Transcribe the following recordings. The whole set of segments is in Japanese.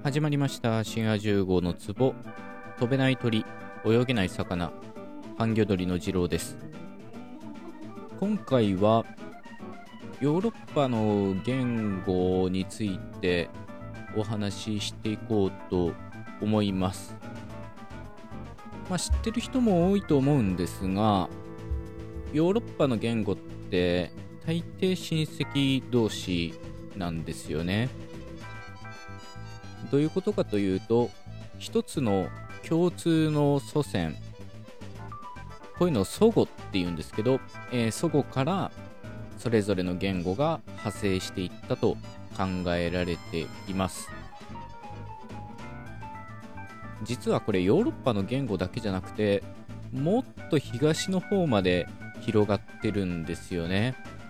始まりました。深夜10号の壺。飛べない鳥、泳げない魚、半魚鳥の次郎です。今回はヨーロッパの言語についてお話ししていこうと思います。知ってる人も多いと思うんですが、ヨーロッパの言語って大抵親戚同士なんですよね。どういうことかというと、一つの共通の祖先、こういうのを祖語っていうんですけど、祖語からそれぞれの言語が派生していったと考えられています。実はこれヨーロッパの言語だけじゃなくて、もっと東の方まで広がってるんですよね。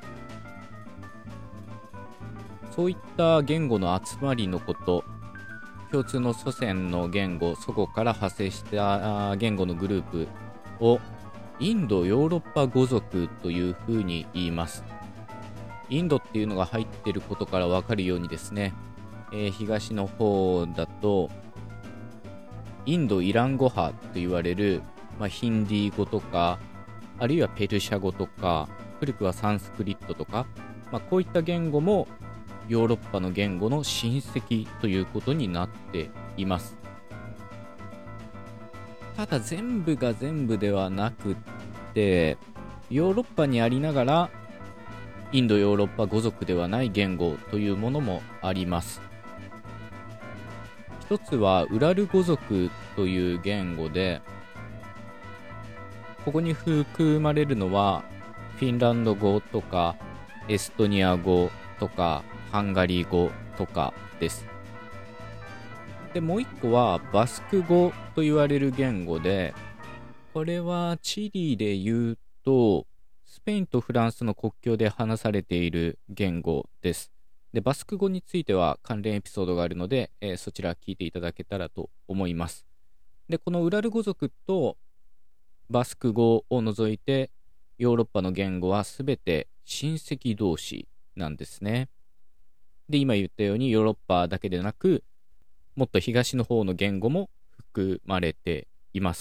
そういった言語の集まりのこと、共通の祖先の言語、祖語から派生した言語のグループをインド・ヨーロッパ語族というふうに言います。インドっていうのが入っていることから分かるようにですね、東の方だとインド・イラン語派と言われる、ヒンディー語とか、あるいはペルシャ語とか、古くはサンスクリットとか、こういった言語もヨーロッパの言語の親戚ということになっています。ただ全部が全部ではなくって、ヨーロッパにありながらインドヨーロッパ語族ではない言語というものもあります。一つはウラル語族という言語で、ここに含まれるのはフィンランド語とかエストニア語とかハンガリー語とかです。で、もう一個はバスク語と言われる言語で、これはチリで言うとスペインとフランスの国境で話されている言語です。で、バスク語については関連エピソードがあるので、そちら聞いていただけたらと思います。で、このウラル語族とバスク語を除いてヨーロッパの言語はすべて親戚同士なんですね。で、今言ったようにヨーロッパだけでなく、もっと東の方の言語も含まれています。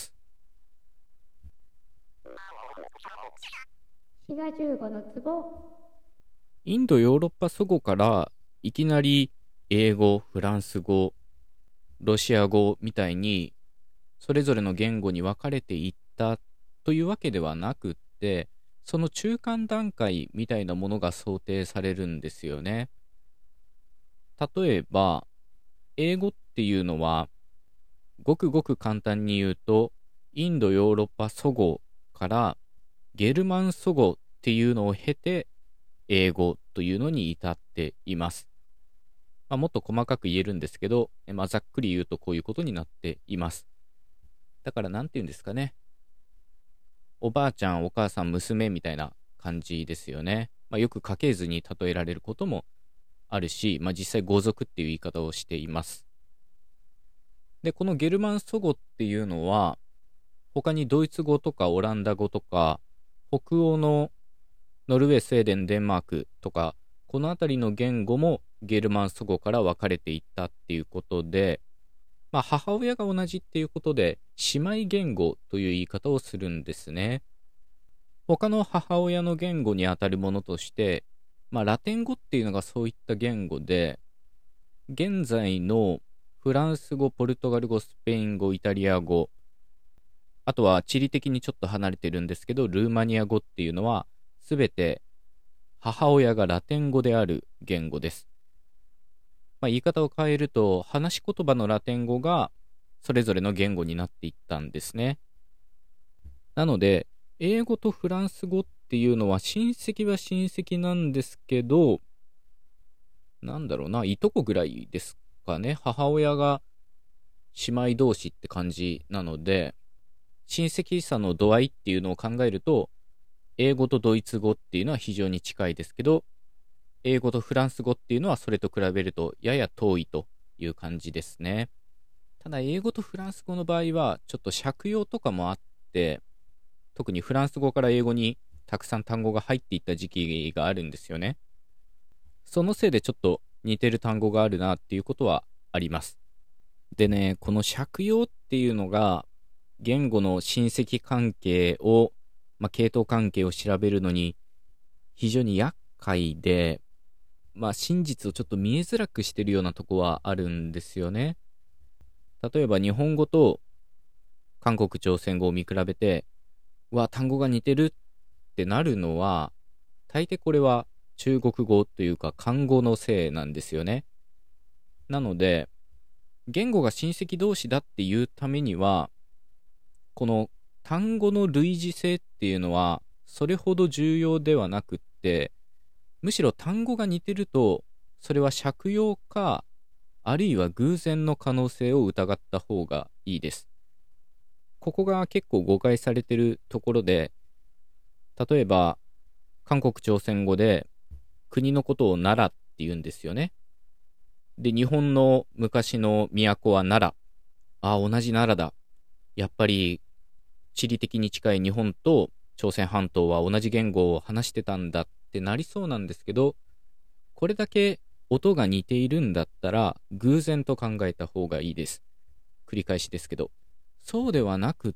滋賀15の壺。 インドヨーロッパ祖語からいきなり英語、フランス語、ロシア語みたいにそれぞれの言語に分かれていったというわけではなくって、その中間段階みたいなものが想定されるんですよね。例えば英語っていうのはごくごく簡単に言うと、インドヨーロッパ祖語からゲルマン祖語っていうのを経て英語というのに至っています。もっと細かく言えるんですけど、ざっくり言うとこういうことになっています。だからなんて言うんですかね、おばあちゃん、お母さん、娘みたいな感じですよね。よく家系図に例えられることもあるし、実際語族っていう言い方をしています。で、このゲルマン祖語っていうのは他にドイツ語とかオランダ語とか北欧のノルウェー、スウェーデン、デンマークとか、この辺りの言語もゲルマン祖語から分かれていったっていうことで、母親が同じっていうことで姉妹言語という言い方をするんですね。他の母親の言語にあたるものとして、ラテン語っていうのがそういった言語で、現在のフランス語、ポルトガル語、スペイン語、イタリア語、あとは地理的にちょっと離れてるんですけどルーマニア語っていうのはすべて母親がラテン語である言語です。言い方を変えると、話し言葉のラテン語がそれぞれの言語になっていったんですね。なので英語とフランス語っていうのは親戚は親戚なんですけど、いとこぐらいですかね。母親が姉妹同士って感じなので、親戚さの度合いっていうのを考えると、英語とドイツ語っていうのは非常に近いですけど、英語とフランス語っていうのはそれと比べるとやや遠いという感じですね。ただ英語とフランス語の場合はちょっと借用とかもあって、特にフランス語から英語にたくさん単語が入っていった時期があるんですよね。そのせいでちょっと似てる単語があるなっていうことはあります。 でね、この借用っていうのが、言語の親戚関係を、系統関係を調べるのに非常に厄介で、真実をちょっと見えづらくしてるようなとこはあるんですよね。例えば日本語と韓国朝鮮語を見比べて、単語が似てるってなるのは、大抵これは中国語というか漢語のせいなんですよね。なので、言語が親戚同士だっていうためには、この単語の類似性っていうのはそれほど重要ではなくって、むしろ単語が似てると、それは借用か、あるいは偶然の可能性を疑った方がいいです。ここが結構誤解されてるところで、例えば、韓国朝鮮語で国のことを奈良って言うんですよね。で、日本の昔の都は奈良。同じ奈良だ。やっぱり地理的に近い日本と朝鮮半島は同じ言語を話してたんだってなりそうなんですけど、これだけ音が似ているんだったら偶然と考えた方がいいです。繰り返しですけど、そうではなくって、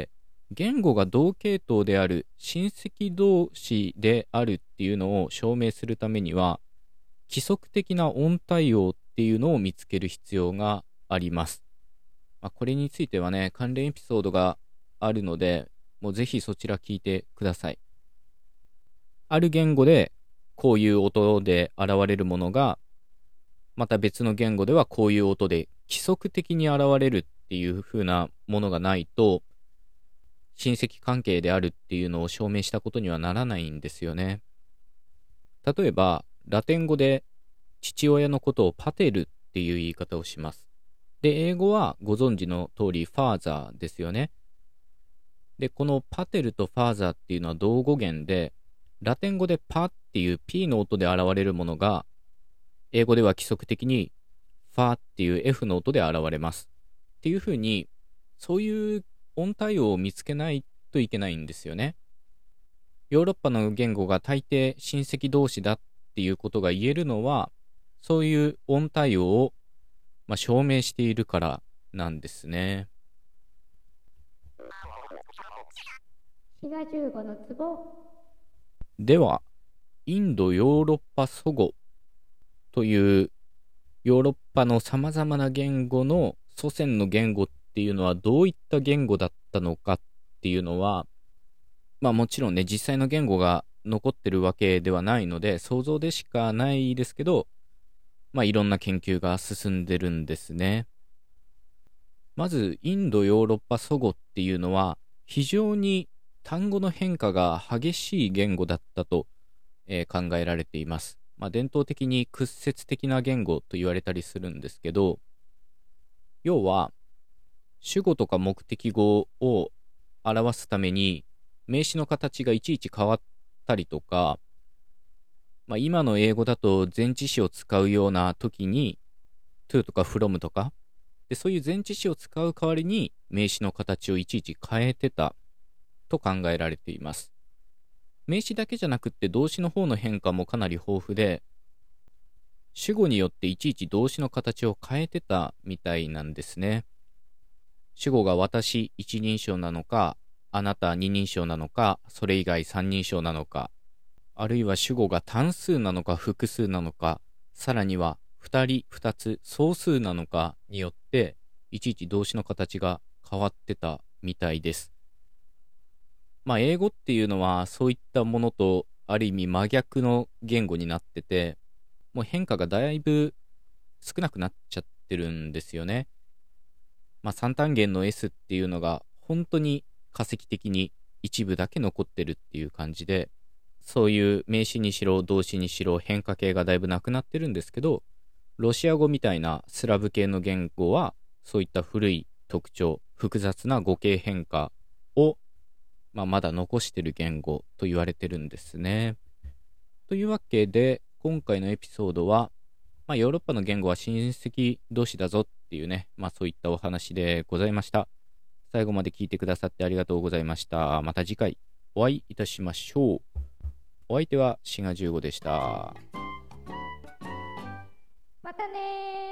言語が同系統である、親戚同士であるっていうのを証明するためには、規則的な音対応っていうのを見つける必要があります。これについてはね、関連エピソードがあるので、もうぜひそちら聞いてください。ある言語でこういう音で現れるものが、また別の言語ではこういう音で規則的に現れるっていう風なものがないと、親戚関係であるっていうのを証明したことにはならないんですよね。例えば、ラテン語で父親のことをパテルっていう言い方をします。で、英語はご存知の通りファーザーですよね。で、このパテルとファーザーっていうのは同語源で、ラテン語でパっていう P の音で現れるものが、英語では規則的にファっていう F の音で現れます。っていう風に、そういう音対応を見つけないといけないんですよね。ヨーロッパの言語が大抵親戚同士だっていうことが言えるのは、そういう音対応を、証明しているからなんですね。 滋賀15の壺。 では、インド・ヨーロッパ祖語というヨーロッパのさまざまな言語の祖先の言語っていうのはどういった言語だったのかっていうのは、もちろんね、実際の言語が残ってるわけではないので、想像でしかないですけど、いろんな研究が進んでるんですね。まず、インド・ヨーロッパ祖語っていうのは、非常に単語の変化が激しい言語だったと、考えられています。伝統的に屈折的な言語と言われたりするんですけど、要は、主語とか目的語を表すために、名詞の形がいちいち変わったりとか、今の英語だと前置詞を使うような時に、to とか from とか、でそういう前置詞を使う代わりに名詞の形をいちいち変えてたと考えられています。名詞だけじゃなくって動詞の方の変化もかなり豊富で、主語によっていちいち動詞の形を変えてたみたいなんですね。主語が私一人称なのか、あなた二人称なのか、それ以外三人称なのか、あるいは主語が単数なのか複数なのか、さらには二人二つ総数なのかによって、いちいち動詞の形が変わってたみたいです。英語っていうのはそういったものとある意味真逆の言語になってて、もう変化がだいぶ少なくなっちゃってるんですよね。三単元の S っていうのが本当に化石的に一部だけ残ってるっていう感じで、そういう名詞にしろ動詞にしろ変化系がだいぶなくなってるんですけど、ロシア語みたいなスラブ系の言語はそういった古い特徴、複雑な語形変化をまだ残してる言語と言われてるんですね。というわけで、今回のエピソードは、ヨーロッパの言語は親戚同士だぞっていうね、そういったお話でございました。最後まで聞いてくださってありがとうございました。また次回お会いいたしましょう。お相手は滋賀15でした。 またねー。